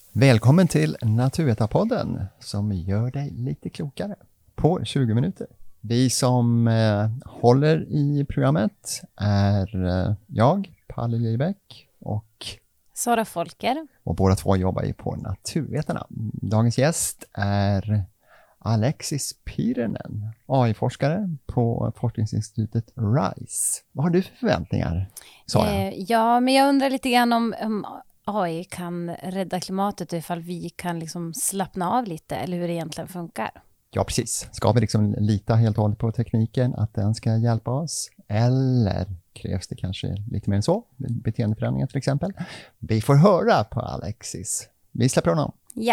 Välkommen till Naturvetarpodden som gör dig lite klokare på 20 minuter. Vi som håller i programmet är jag, Palle Libeck och Sara Folker. Och båda två jobbar ju på Naturvetarna. Dagens gäst är Alexis Pirinen, AI-forskare på forskningsinstitutet RISE. Vad har du för förväntningar, Sara? Ja, men jag undrar lite grann om AI kan rädda klimatet, ifall vi kan liksom slappna av lite, eller hur det egentligen funkar. Ja, precis. Ska vi liksom lita helt och hållet på tekniken, att den ska hjälpa oss? Eller krävs det kanske lite mer än så? Beteendeförändringar till exempel. Vi får höra på Alexis. Vi släpper honom. Ja.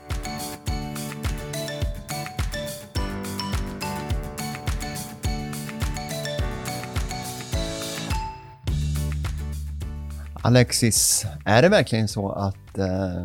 Alexis, är det verkligen så att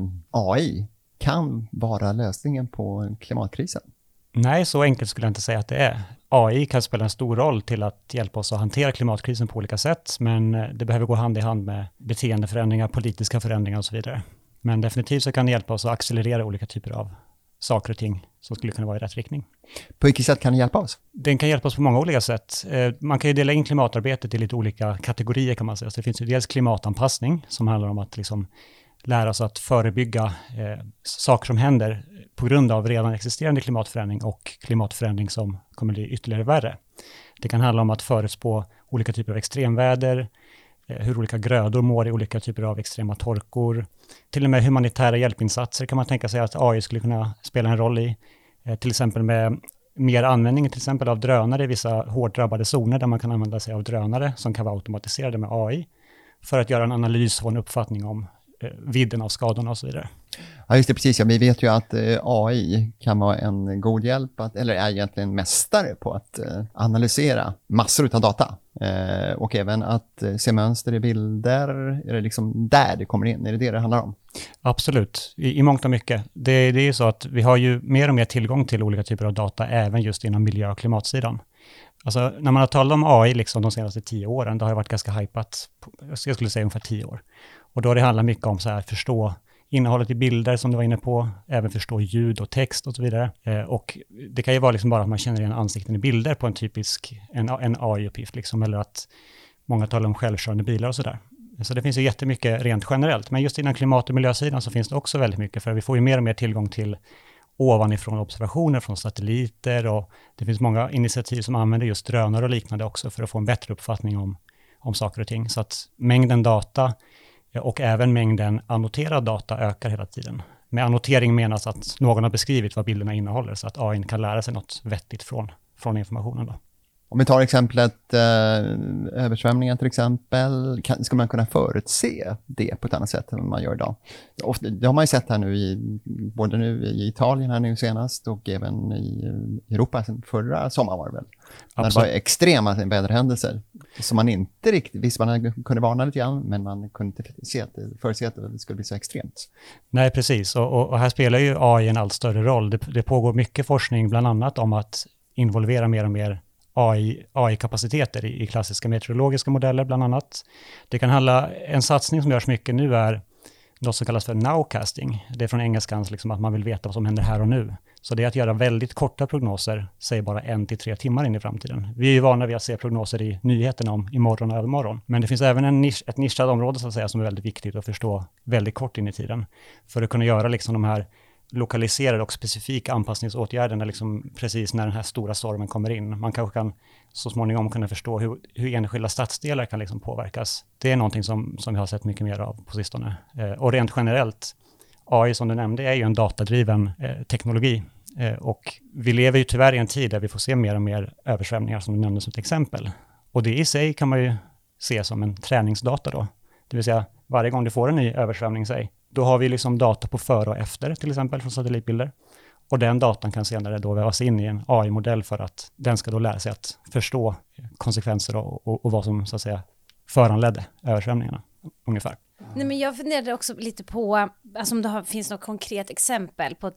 AI kan vara lösningen på klimatkrisen? Nej, så enkelt skulle jag inte säga att det är. AI kan spela en stor roll till att hjälpa oss att hantera klimatkrisen på olika sätt, men det behöver gå hand i hand med beteendeförändringar, politiska förändringar och så vidare. Men definitivt så kan det hjälpa oss att accelerera olika typer av saker och ting som skulle kunna vara i rätt riktning. På vilket sätt kan det hjälpa oss? Den kan hjälpa oss på många olika sätt. Man kan ju dela in klimatarbetet i lite olika kategorier kan man säga. Så det finns ju dels klimatanpassning som handlar om att liksom lära oss att förebygga saker som händer på grund av redan existerande klimatförändring och klimatförändring som kommer bli ytterligare värre. Det kan handla om att förutspå olika typer av extremväder, hur olika grödor mår i olika typer av extrema torkor. Till och med humanitära hjälpinsatser kan man tänka sig att AI skulle kunna spela en roll i. Till exempel med mer användning till exempel av drönare i vissa hårt drabbade zoner där man kan använda sig av drönare som kan vara automatiserade med AI för att göra en analys och en uppfattning om vidden av skadorna och så vidare. Ja, just det, precis. Ja, vi vet ju att AI kan vara en god hjälp, eller är egentligen mästare på att analysera massor av data. Och även att se mönster i bilder. Är det liksom där det kommer in? Är det handlar om? Absolut, i mångt och mycket. Det är ju så att vi har ju mer och mer tillgång till olika typer av data även just inom miljö- och klimatsidan. Alltså när man har talat om AI liksom de senaste 10 åren, det har ju varit ganska hypat, jag skulle säga ungefär 10 år. Och då har det handlat mycket om så här förstå innehållet i bilder som du var inne på, även förstå ljud och text och så vidare. Och det kan ju vara liksom bara att man känner igen ansikten i bilder på en typisk en AI-uppgift liksom, eller att många talar om självkörande bilar och sådär. Så det finns ju jättemycket rent generellt, men just inom klimat- och miljösidan så finns det också väldigt mycket, för vi får ju mer och mer tillgång till ovanifrån observationer från satelliter, och det finns många initiativ som använder just drönare och liknande också för att få en bättre uppfattning om saker och ting. Så att mängden data och även mängden annoterad data ökar hela tiden. Med annotering menas att någon har beskrivit vad bilderna innehåller så att AI kan lära sig något vettigt från informationen då. Om vi tar exemplet översvämningar till exempel, ska man kunna förutse det på ett annat sätt än man gör idag? Det har man ju sett här nu, både nu i Italien här nu senast och även i Europa sen förra sommaren var det väl. När det var extrema väderhändelser som man inte riktigt, visst man kunde varna lite grann, men man kunde inte förutse att det skulle bli så extremt. Nej, precis. Och här spelar ju AI en allt större roll. Det pågår mycket forskning bland annat om att involvera mer och mer AI-kapaciteter i klassiska meteorologiska modeller bland annat. Det kan handla, en satsning som görs mycket nu är något som kallas för nowcasting. Det är från engelskans liksom att man vill veta vad som händer här och nu. Så det är att göra väldigt korta prognoser, säg bara 1 till 3 timmar in i framtiden. Vi är ju vana vid att se prognoser i nyheterna om imorgon och övermorgon. Men det finns även ett nischat område så att säga som är väldigt viktigt att förstå väldigt kort in i tiden. För att kunna göra liksom de här lokaliserade och specifika anpassningsåtgärderna liksom precis när den här stora stormen kommer in. Man kanske kan så småningom kunna förstå hur enskilda stadsdelar kan liksom påverkas. Det är någonting som vi har sett mycket mer av på sistone. Och rent generellt, AI som du nämnde är ju en datadriven teknologi. Och vi lever ju tyvärr i en tid där vi får se mer och mer översvämningar som du nämnde som ett exempel. Och det i sig kan man ju se som en träningsdata då. Det vill säga varje gång du får en ny översvämning, då har vi liksom data på före och efter till exempel från satellitbilder. Och den datan kan senare då vävas in i en AI-modell för att den ska då lära sig att förstå konsekvenser och vad som så att säga föranledde översvämningarna ungefär. Nej, men jag funderade också lite på alltså om det finns något konkret exempel på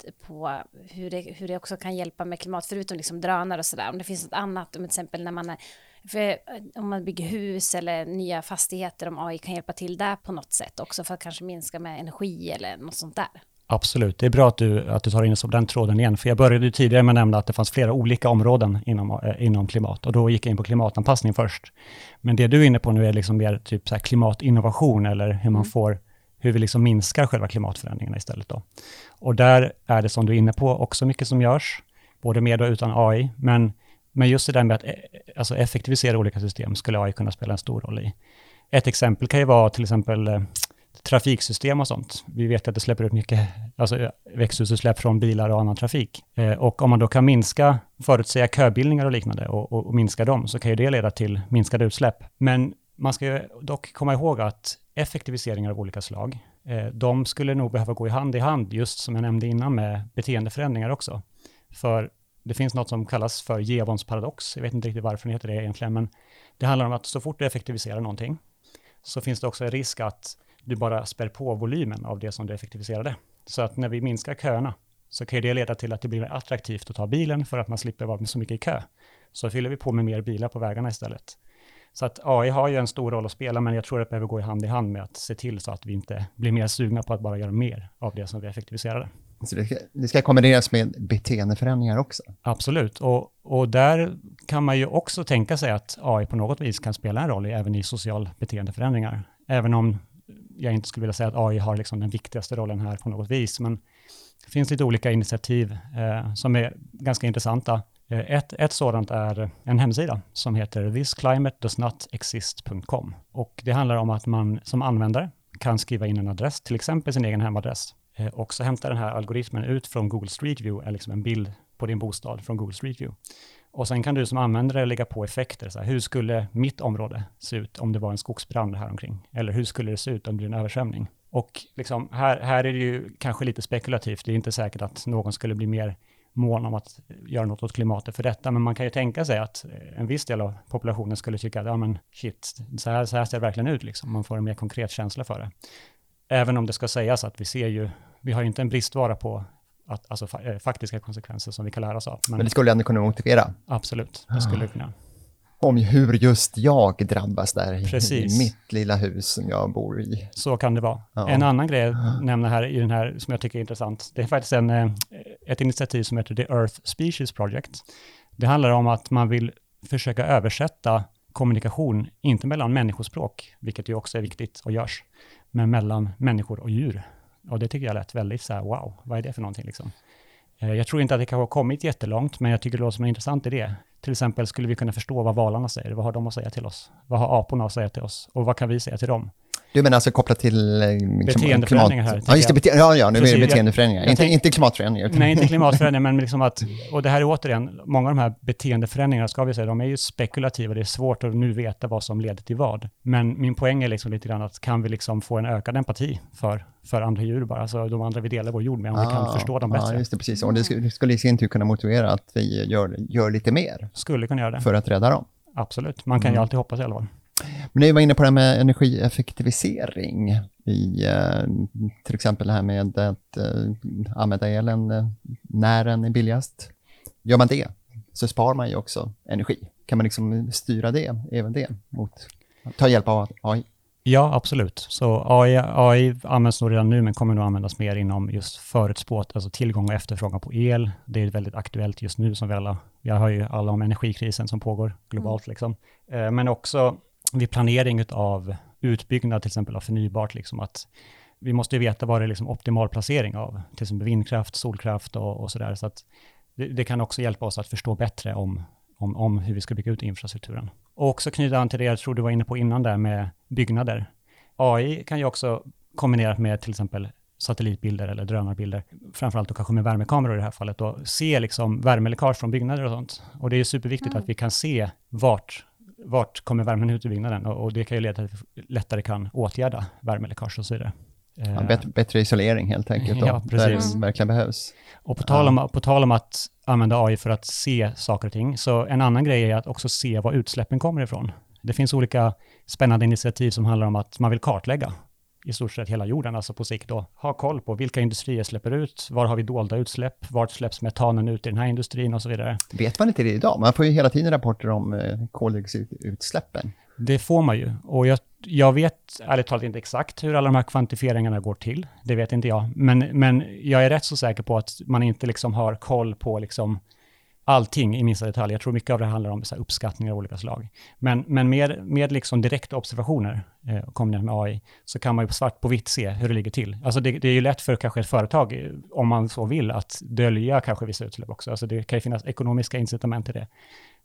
hur det också kan hjälpa med klimat, förutom liksom drönare och sådär. Om det finns ett annat, om exempel när om man bygger hus eller nya fastigheter, om AI kan hjälpa till där på något sätt också för att kanske minska med energi eller något sånt där. Absolut, det är bra att du tar in oss på den tråden igen, för jag började ju tidigare med att nämna att det fanns flera olika områden inom klimat, och då gick jag in på klimatanpassning först. Men det du är inne på nu är liksom mer typ så här klimatinnovation, eller hur vi liksom minskar själva klimatförändringarna istället då. Och där är det, som du är inne på, också mycket som görs, både med och utan AI, men just det där med att alltså effektivisera olika system skulle AI kunna spela en stor roll i. Ett exempel kan ju vara till exempel trafiksystem och sånt. Vi vet att det släpper ut mycket växthusutsläpp från bilar och annan trafik. Och om man då kan förutsäga köbildningar och liknande och minska dem, så kan ju det leda till minskade utsläpp. Men man ska ju dock komma ihåg att effektiviseringar av olika slag, de skulle nog behöva gå hand i hand, just som jag nämnde innan, med beteendeförändringar också. För det finns något som kallas för Jevons paradox. Jag vet inte riktigt varför det heter det egentligen, men det handlar om att så fort du effektiviserar någonting, så finns det också en risk att du bara spär på volymen av det som du effektiviserade. Så att när vi minskar köerna, så kan det leda till att det blir mer attraktivt att ta bilen, för att man slipper vara så mycket i kö. Så fyller vi på med mer bilar på vägarna istället. Så att AI har ju en stor roll att spela, men jag tror att det behöver gå hand i hand med att se till så att vi inte blir mer sugna på att bara göra mer av det som vi effektiviserade. Så det ska kombineras med beteendeförändringar också? Absolut, och där kan man ju också tänka sig att AI på något vis kan spela en roll även i social beteendeförändringar. Även om jag inte skulle vilja säga att AI har liksom den viktigaste rollen här på något vis, men det finns lite olika initiativ som är ganska intressanta. Ett sådant är en hemsida som heter thisclimatedoesnotexist.com, och det handlar om att man som användare kan skriva in en adress, till exempel sin egen hemadress, och så hämtar den här algoritmen ut från Google Street View, liksom en bild på din bostad från Google Street View. Och sen kan du som användare lägga på effekter. Så här, hur skulle mitt område se ut om det var en skogsbrand här omkring? Eller hur skulle det se ut om det blir en översvämning? Och liksom, här är det ju kanske lite spekulativt. Det är inte säkert att någon skulle bli mer mån om att göra något åt klimatet för detta. Men man kan ju tänka sig att en viss del av populationen skulle tycka att ja, men shit, så här ser det verkligen ut. Liksom. Man får en mer konkret känsla för det. Även om det ska sägas att vi har ju inte en bristvara på alltså faktiska konsekvenser som vi kan lära oss av. Men det skulle ändå kunna motivera? Absolut, det skulle kunna. Om hur just jag drabbas där i mitt lilla hus som jag bor i. Så kan det vara. Ja. En annan grej jag nämner här i den här som jag tycker är intressant, det är faktiskt ett initiativ som heter The Earth Species Project. Det handlar om att man vill försöka översätta kommunikation, inte mellan människospråk, vilket ju också är viktigt och görs, men mellan människor och djur. Och det tycker jag lät väldigt så här, wow, vad är det för någonting liksom? Jag tror inte att det kan ha kommit jättelångt, men jag tycker det låter som en intressant idé. Till exempel skulle vi kunna förstå vad valarna säger, vad har de att säga till oss? Vad har aporna att säga till oss? Och vad kan vi säga till dem? Du menar alltså kopplat till beteendeförändringar här. Ja, just det. Nu är det beteendeförändringar. Inte klimatförändringar. Nej, inte klimatförändringar, men liksom att, och det här är återigen, många av de här beteendeförändringarna ska vi säga, de är ju spekulativa. Det är svårt att nu veta vad som leder till vad. Men min poäng är liksom lite grann att kan vi liksom få en ökad empati för andra djur bara, alltså de andra vi delar vår jord med, om vi kan förstå dem bättre. Ja, just det, precis. Och det skulle i sin tur kunna motivera att vi gör lite mer. Skulle kunna göra det. För att rädda dem. Absolut, man kan ju alltid hoppas i alla fall. Men ni var inne på det här med energieffektivisering i till exempel det här med att använda elen när den är billigast. Gör man det så sparar man ju också energi. Kan man liksom styra även det mot ta hjälp av AI? Ja, absolut. Så AI används nog redan nu, men kommer nog användas mer inom just förutspåt, alltså tillgång och efterfrågan på el. Det är väldigt aktuellt just nu som vi har ju alla om energikrisen som pågår globalt liksom. Men också vid planering av utbyggnad till exempel av förnybart, liksom att vi måste ju veta vad det är liksom optimal placering av till exempel vindkraft, solkraft och sådär. Så att det kan också hjälpa oss att förstå bättre om hur vi ska bygga ut infrastrukturen. Och också knyta an till det jag tror du var inne på innan där med byggnader. AI kan ju också kombinerat med till exempel satellitbilder eller drönarbilder, framförallt då kanske med värmekameror i det här fallet, och se liksom värmeläckage från byggnader och sånt. Och det är superviktigt att vi kan se vart kommer värmen ut i byggnaden, och det kan ju leda till att vi lättare kan åtgärda värmeläckage och så vidare. Ja, bättre isolering helt enkelt, ja, där det verkligen behövs. Och på tal om att använda AI för att se saker och ting, så en annan grej är att också se var utsläppen kommer ifrån. Det finns olika spännande initiativ som handlar om att man vill kartlägga i stort sett hela jorden, alltså på sikt då. Ha koll på vilka industrier släpper ut, var har vi dolda utsläpp, vart släpps metanen ut i den här industrin och så vidare. Vet man inte det idag? Man får ju hela tiden rapporter om koldioxidutsläppen. Det får man ju, och jag Jag vet ärligt talat inte exakt hur alla de här kvantifieringarna går till. Det vet inte jag. Men jag är rätt så säker på att man inte liksom har koll på liksom allting i minsta detalj. Jag tror mycket av det handlar om så här uppskattningar av olika slag. Men med liksom direkta observationer kombinerat med AI så kan man ju svart på vitt se hur det ligger till. Alltså det är ju lätt för kanske ett företag, om man så vill, att dölja kanske vissa utsläpp också. Alltså det kan ju finnas ekonomiska incitament till det.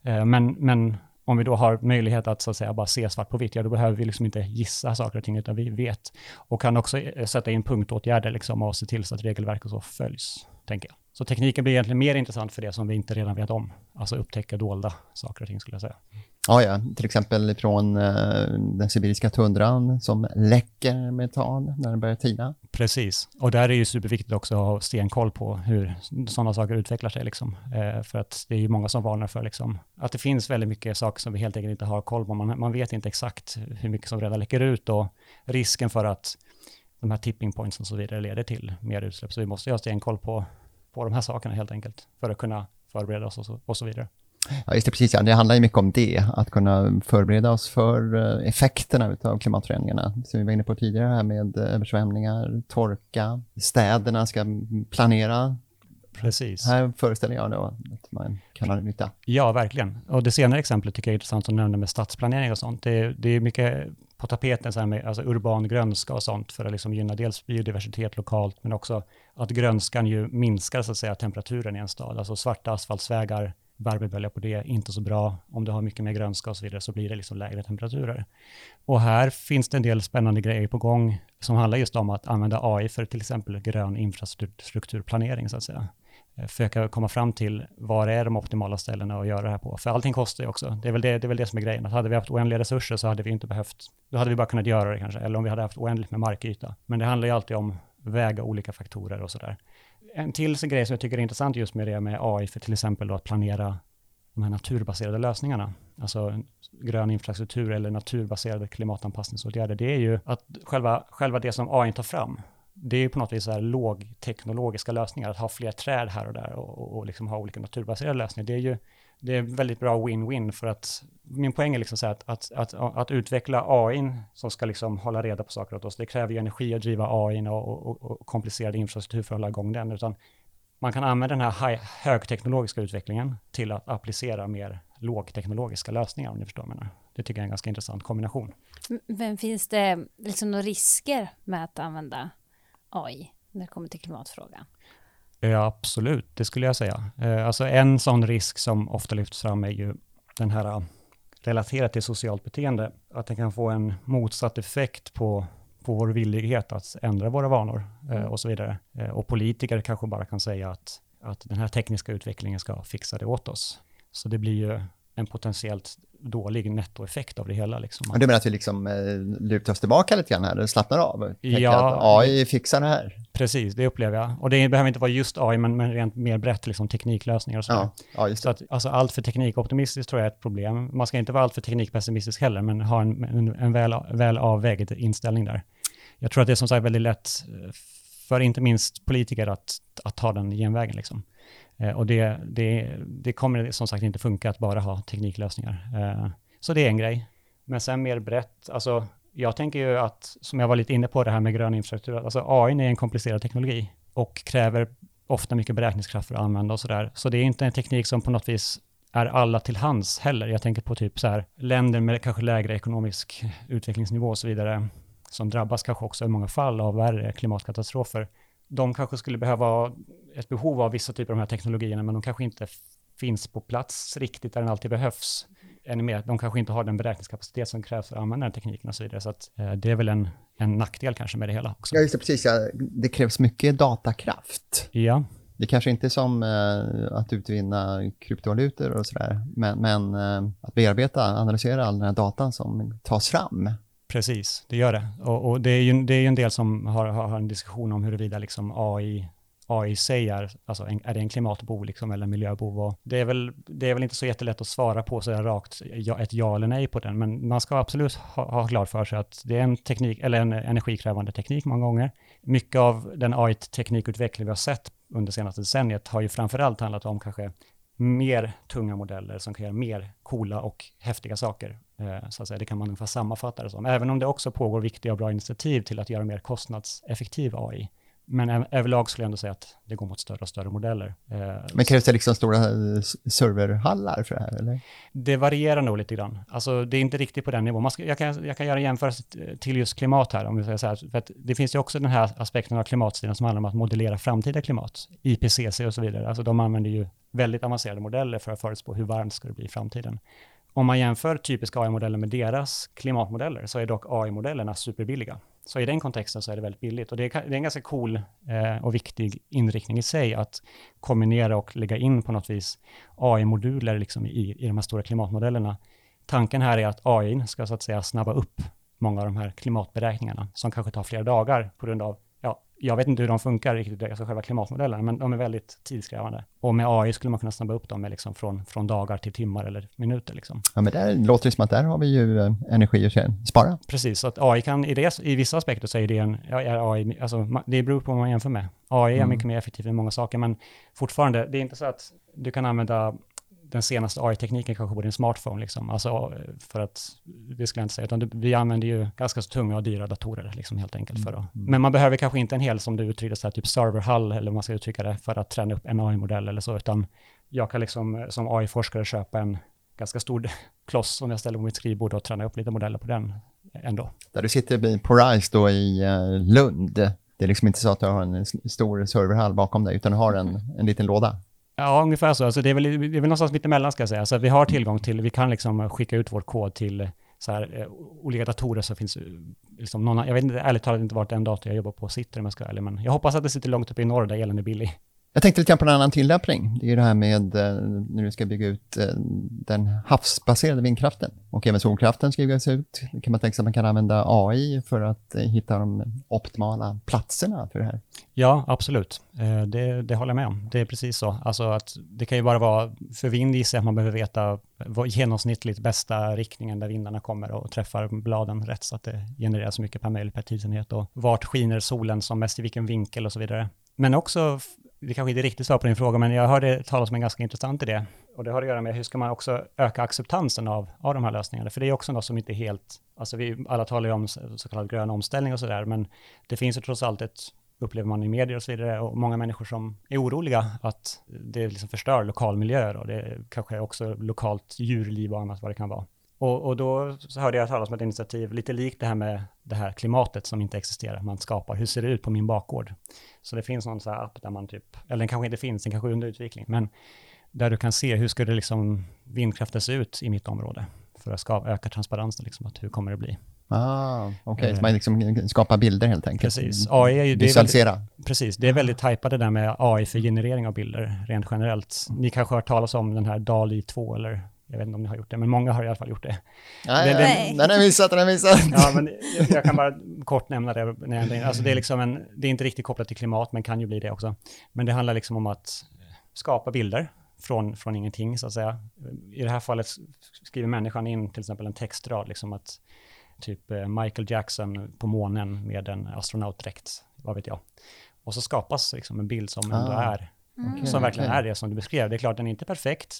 Men om vi då har möjlighet att så att säga bara se svart på vitt, ja då behöver vi liksom inte gissa saker och ting, utan vi vet. Och kan också sätta in punktåtgärder liksom och se till så att regelverk och så följs, tänker jag. Så tekniken blir egentligen mer intressant för det som vi inte redan vet om. Alltså upptäcka dolda saker och ting, skulle jag säga. Ja, till exempel från den sibiriska tundran som läcker metan när den börjar tina. Precis, och där är det ju superviktigt också att ha stenkoll på hur sådana saker utvecklar sig. Liksom. För att det är ju många som varnar för liksom, att det finns väldigt mycket saker som vi helt enkelt inte har koll på. Man vet inte exakt hur mycket som redan läcker ut och risken för att de här tipping points och så vidare leder till mer utsläpp. Så vi måste ju ha stenkoll på de här sakerna helt enkelt för att kunna förbereda oss och så vidare. Ja, just det, precis. Ja. Det handlar ju mycket om det, att kunna förbereda oss för effekterna av klimatförändringarna. Som vi var inne på tidigare här med översvämningar, torka, städerna ska planera. Precis. Här föreställer jag då att man kan ha nytta. Ja, verkligen. Och det senare exemplet tycker jag är intressant att nämna med stadsplanering och sånt. Det är mycket på tapeten så här med alltså urban grönska och sånt för att liksom gynna dels biodiversitet lokalt, men också att grönskan ju minskar så att säga temperaturen i en stad. Alltså svarta asfaltsvägar, värmebölja på det, inte så bra. Om du har mycket mer grönska och så vidare så blir det liksom lägre temperaturer. Och här finns det en del spännande grejer på gång som handlar just om att använda AI för till exempel grön infrastrukturplanering så att säga. Försöka komma fram till var är de optimala ställena att göra det här på. För allting kostar ju också. Det är väl det som är grejen. Att hade vi haft oändliga resurser så hade vi inte behövt, då hade vi bara kunnat göra det kanske. Eller om vi hade haft oändligt med markyta. Men det handlar ju alltid om väga olika faktorer och sådär. En till grej som jag tycker är intressant just med det med AI för till exempel då att planera de här naturbaserade lösningarna. Alltså grön infrastruktur eller naturbaserade klimatanpassningsåtgärder. Det är ju att själva det som AI tar fram, det är ju på något vis så här lågteknologiska lösningar. Att ha fler träd här och där och liksom ha olika naturbaserade lösningar. Det är väldigt bra win-win för att min poäng är liksom så här att utveckla AI som ska liksom hålla reda på saker åt oss. Det kräver ju energi att driva AI och komplicerad infrastruktur för att hålla igång den. Utan man kan använda den här högteknologiska utvecklingen till att applicera mer lågteknologiska lösningar, om ni förstår mig. Det tycker jag är en ganska intressant kombination. Men finns det liksom några risker med att använda AI när det kommer till klimatfrågan? Ja, absolut, det skulle jag säga. Alltså en sån risk som ofta lyfts fram är ju den här relaterat till socialt beteende, att det kan få en motsatt effekt på vår villighet att ändra våra vanor och så vidare. Och politiker kanske bara kan säga att den här tekniska utvecklingen ska fixa det åt oss. Så det blir ju en potentiellt dålig nettoeffekt av det hela. Liksom. Och du menar att vi liksom lutar oss tillbaka lite grann här och slappnar av? Ja, att AI fixar det här? Precis, det upplever jag. Och det behöver inte vara just AI, men rent mer brett liksom tekniklösningar och så. Ja, just det. Så att, alltså, allt för teknikoptimistiskt tror jag är ett problem. Man ska inte vara allt för teknikpessimistisk heller, men ha en väl avvägd inställning där. Jag tror att det är som sagt väldigt lätt för inte minst politiker att ta den genvägen liksom. Och det kommer som sagt inte funka att bara ha tekniklösningar. Så det är en grej. Men sen mer brett, alltså jag tänker ju att, som jag var lite inne på det här med grön infrastruktur, alltså AI är en komplicerad teknologi och kräver ofta mycket beräkningskraft för att använda och sådär. Så det är inte en teknik som på något vis är alla till hands heller. Jag tänker på typ så här länder med kanske lägre ekonomisk utvecklingsnivå och så vidare, som drabbas kanske också i många fall av värre klimatkatastrofer. De kanske skulle behöva ett behov av vissa typer av de här teknologierna, men de kanske inte finns på plats riktigt där den alltid behövs. Ännu mer, de kanske inte har den beräkningskapacitet som krävs för att använda den tekniken och så vidare. Så att, det är väl en nackdel kanske med det hela också. Ja, just det, precis. Ja, det krävs mycket datakraft. Ja. Det kanske inte är som att utvinna kryptovalutor och sådär, men att bearbeta, analysera all den här datan som tas fram. Precis, det gör det. Och det är ju en del som har en diskussion om huruvida liksom AI säger, alltså är det en klimatbov liksom, eller en miljöbov? Och det är väl inte så jättelätt att svara på så där rakt ett ja eller nej på den, men man ska absolut ha klart för sig att det är en teknik, eller en energikrävande teknik många gånger. Mycket av den AI-teknikutveckling vi har sett under senaste decenniet har ju framförallt handlat om kanske mer tunga modeller som kan göra mer coola och häftiga saker Så att säga, det kan man ungefär sammanfatta det som. Även om det också pågår viktiga och bra initiativ till att göra mer kostnadseffektiv AI. Men överlag skulle jag ändå säga att det går mot större och större modeller. Men krävs det liksom stora serverhallar för det här, eller? Det varierar nog lite grann. Alltså det är inte riktigt på den nivån. Jag kan göra en jämförelse till just klimat här, om vi säger så här. För att det finns ju också den här aspekten av klimatstilen som handlar om att modellera framtida klimat. IPCC och så vidare. Alltså de använder ju väldigt avancerade modeller för att förutspå hur varmt ska det bli i framtiden. Om man jämför typiska AI-modeller med deras klimatmodeller så är dock AI-modellerna superbilliga. Så i den kontexten så är det väldigt billigt. Och det är en ganska cool och viktig inriktning i sig att kombinera och lägga in på något vis AI-moduler liksom i de här stora klimatmodellerna. Tanken här är att AI ska så att säga snabba upp många av de här klimatberäkningarna som kanske tar flera dagar på grund av, jag vet inte hur de funkar riktigt, alltså själva klimatmodellerna, men de är väldigt tidskrävande. Och med AI skulle man kunna snabba upp dem med liksom från dagar till timmar eller minuter. Liksom. Ja, men där låter det som att där har vi ju energi att spara. Precis, så att AI kan i vissa aspekter så är det är AI, alltså det beror på vad man jämför med. AI är mycket mer effektiv än många saker, men fortfarande, det är inte så att du kan använda den senaste AI-tekniken kanske på din smartphone, liksom. Alltså för att, det skulle jag inte säga, utan vi använder ju ganska så tunga och dyra datorer liksom, helt enkelt för att. Men man behöver kanske inte en hel, som du uttryckte, så här, typ serverhall eller vad man ska uttrycka det, för att träna upp en AI-modell eller så, utan jag kan liksom som AI-forskare köpa en ganska stor kloss som jag ställer på mitt skrivbord och träna upp lite modeller på den ändå. Där du sitter på RISE då i Lund, det är liksom inte så att du har en stor serverhall bakom dig, utan du har en liten låda. Ja, ungefär så. Alltså det är väl någonstans mitt emellan, ska jag säga. Så vi har tillgång till, vi kan liksom skicka ut vår kod till så här, olika datorer som finns liksom någon, jag vet inte, ärligt talat inte vart den dator jag jobbar på sitter, om jag ska ärlig, men jag hoppas att det sitter långt uppe i norr där elen är billig. Jag tänkte lite grann på en annan tillämpning. Det är det här med när du ska bygga ut den havsbaserade vindkraften. Och även solkraften ska byggas ut. Kan man tänka sig att man kan använda AI för att hitta de optimala platserna för det här? Ja, absolut. Det håller jag med om. Det är precis så. Alltså att det kan ju bara vara, för vind i sig, att man behöver veta vad genomsnittligt bästa riktningen där vindarna kommer och träffar bladen rätt så att det genererar så mycket per möjligt per tidsenhet. Och vart skiner solen som mest, i vilken vinkel och så vidare. Men också, det kanske inte riktigt svar på din fråga, men jag hörde talas om en ganska intressant idé. Och det har att göra med hur ska man också öka acceptansen av de här lösningarna. För det är också något som inte är helt, alltså vi alla talar ju om så kallad grön omställning och sådär, men det finns ju trots allt upplever man i medier och så vidare, och många människor som är oroliga att det liksom förstör lokalmiljöer och det kanske också lokalt djurliv och annat vad det kan vara. Och då så hörde jag talas om ett initiativ lite likt det här med det här klimatet som inte existerar. Man skapar, hur ser det ut på min bakgård? Så det finns någon så här app där man typ, eller den kanske inte finns, den kanske är under utveckling, men där du kan se hur ska det liksom vindkraften se ut i mitt område för att öka transparensen, liksom, att hur kommer det bli? Okej. Så man liksom skapar bilder helt enkelt. Precis. AI är ju, visualisera. Precis, det är väldigt hypat det där med AI för generering av bilder rent generellt. Ni kanske har hört talas om den här DALL-E 2 eller jag vet inte om ni har gjort det, men många har i alla fall gjort det. Nej. Den är missat. Ja, men jag kan bara kort nämna det. Alltså det är liksom det är inte riktigt kopplat till klimat, men kan ju bli det också. Men det handlar liksom om att skapa bilder från ingenting, så att säga. I det här fallet skriver människan in till exempel en textrad, liksom att typ Michael Jackson på månen med en astronautdräkt, vad vet jag. Och så skapas liksom en bild som ändå är, som verkligen är det som du beskrev. Det är klart, den är inte perfekt,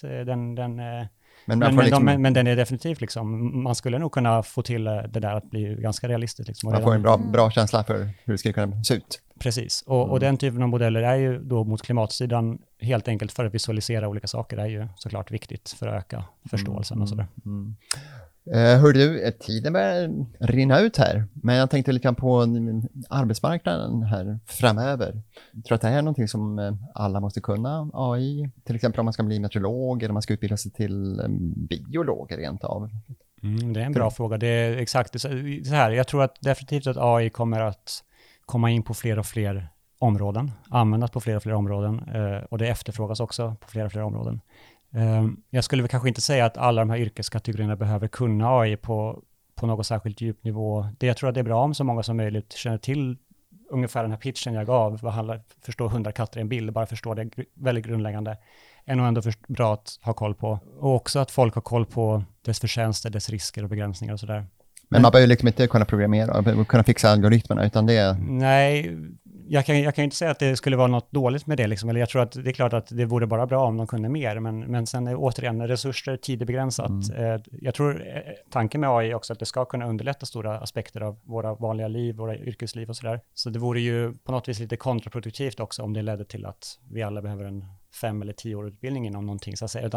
men den är definitivt liksom, man skulle nog kunna få till det där att bli ganska realistiskt. Liksom. Man får en bra känsla för hur det skulle kunna se ut. Precis, och den typen av modeller är ju då mot klimatsidan helt enkelt för att visualisera olika saker, är ju såklart viktigt för att öka förståelsen och sådär. Hör du, tiden börjar rinna ut här, men jag tänkte lite på arbetsmarknaden här framöver. Jag tror att det här är någonting som alla måste kunna, AI, till exempel om man ska bli meteorolog eller om man ska utbilda sig till biolog rent av. Det är en bra fråga. Det är exakt så här. Jag tror att definitivt att AI kommer att komma in på fler och fler områden, användas på fler och fler områden, och det efterfrågas också på fler och fler områden. Jag skulle väl kanske inte säga att alla de här yrkeskategorierna behöver kunna AI på något särskilt djup nivå. Jag tror att det är bra om så många som möjligt känner till ungefär den här pitchen jag gav, förstå 100 katter i en bild, bara förstå det väldigt grundläggande. Är nog ändå bra att ha koll på. Och också att folk har koll på dess förtjänster, dess risker och begränsningar och sådär. Men man behöver liksom inte kunna programmera och kunna fixa algoritmerna, utan det... Nej, jag kan ju inte säga att det skulle vara något dåligt med det. Liksom. Eller jag tror att det är klart att det vore bara bra om de kunde mer. Men sen återigen, resurser, tid är begränsat. Jag tror tanken med AI är också att det ska kunna underlätta stora aspekter av våra vanliga liv, våra yrkesliv och sådär. Så det vore ju på något vis lite kontraproduktivt också om det ledde till att vi alla behöver en 5 eller 10 år utbildning inom någonting, så att säga.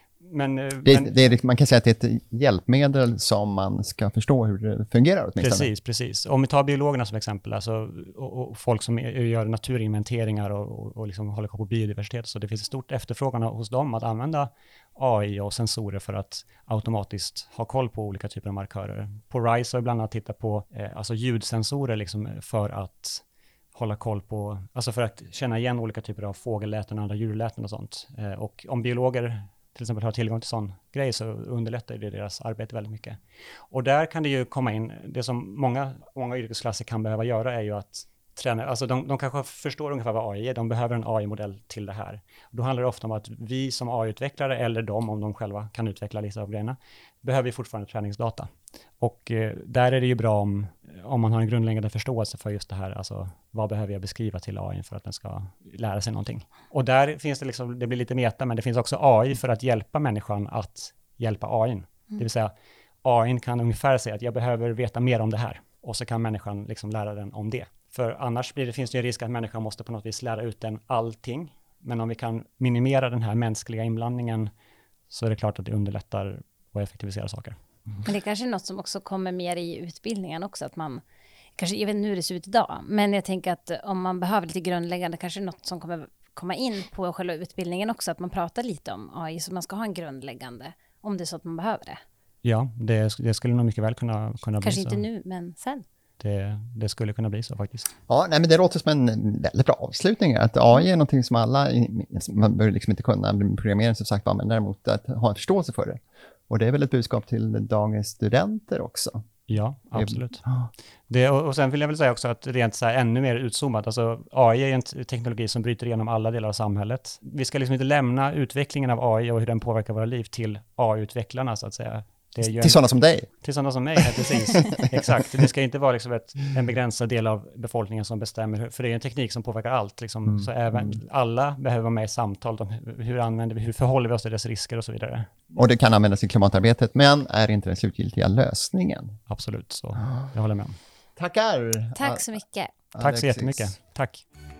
Man kan säga att det är ett hjälpmedel som man ska förstå hur det fungerar åtminstone. Precis. Om vi tar biologerna som exempel, alltså, och folk som gör naturinventeringar och liksom håller koll på biodiversitet, så det finns ett stort efterfrågan hos dem att använda AI och sensorer för att automatiskt ha koll på olika typer av markörer. På RISE har vi bland annat tittat på alltså ljudsensorer liksom för att hålla koll på, alltså för att känna igen olika typer av fågelläten och andra djurläten och sånt. Och om biologer till exempel har tillgång till sån grej så underlättar det deras arbete väldigt mycket. Och där kan det ju komma in, det som många yrkesklasser kan behöva göra är ju att träna, alltså de kanske förstår ungefär vad AI är, de behöver en AI-modell till det här. Då handlar det ofta om att vi som AI-utvecklare eller de, om de själva kan utveckla lite av grejerna, behöver ju fortfarande träningsdata. Och där är det ju bra om man har en grundläggande förståelse för just det här, alltså vad behöver jag beskriva till AI för att den ska lära sig någonting. Och där finns det liksom, det blir lite meta, men det finns också AI för att hjälpa människan att hjälpa AI. Det vill säga, AI kan ungefär säga att jag behöver veta mer om det här. Och så kan människan liksom lära den om det. För annars finns det en risk att människan måste på något vis lära ut den allting. Men om vi kan minimera den här mänskliga inblandningen så är det klart att det underlättar och effektiviserar saker. Men det är kanske är något som också kommer mer i utbildningen också, att man, kanske, jag vet inte hur det ser ut idag, men jag tänker att om man behöver lite grundläggande, kanske något som kommer komma in på själva utbildningen också, att man pratar lite om AI, så man ska ha en grundläggande, om det är så att man behöver det. Ja, det skulle nog mycket väl kunna bli så. Kanske inte nu, men sen. Det skulle kunna bli så faktiskt. Ja, nej, men det låter som en väldigt bra avslutning. Att AI är någonting som alla, man behöver liksom inte kunna programmera som sagt, men däremot att ha en förståelse för det. Och det är väl ett budskap till dagens studenter också. Ja, absolut. Och sen vill jag väl säga också att rent så här ännu mer utzoomat, alltså AI är en teknologi som bryter igenom alla delar av samhället. Vi ska liksom inte lämna utvecklingen av AI och hur den påverkar våra liv till AI-utvecklarna så att säga. Till sådana som dig? Till sådana som mig, precis. Exakt. Det ska inte vara liksom en begränsad del av befolkningen som bestämmer, för det är en teknik som påverkar allt. Liksom. Så även alla behöver vara med i samtal om hur förhåller vi oss till dess risker och så vidare. Och det kan användas i klimatarbetet, men är inte den slutgiltiga lösningen? Absolut, så jag håller med. Tackar! Tack så mycket. Tack så jättemycket. Tack.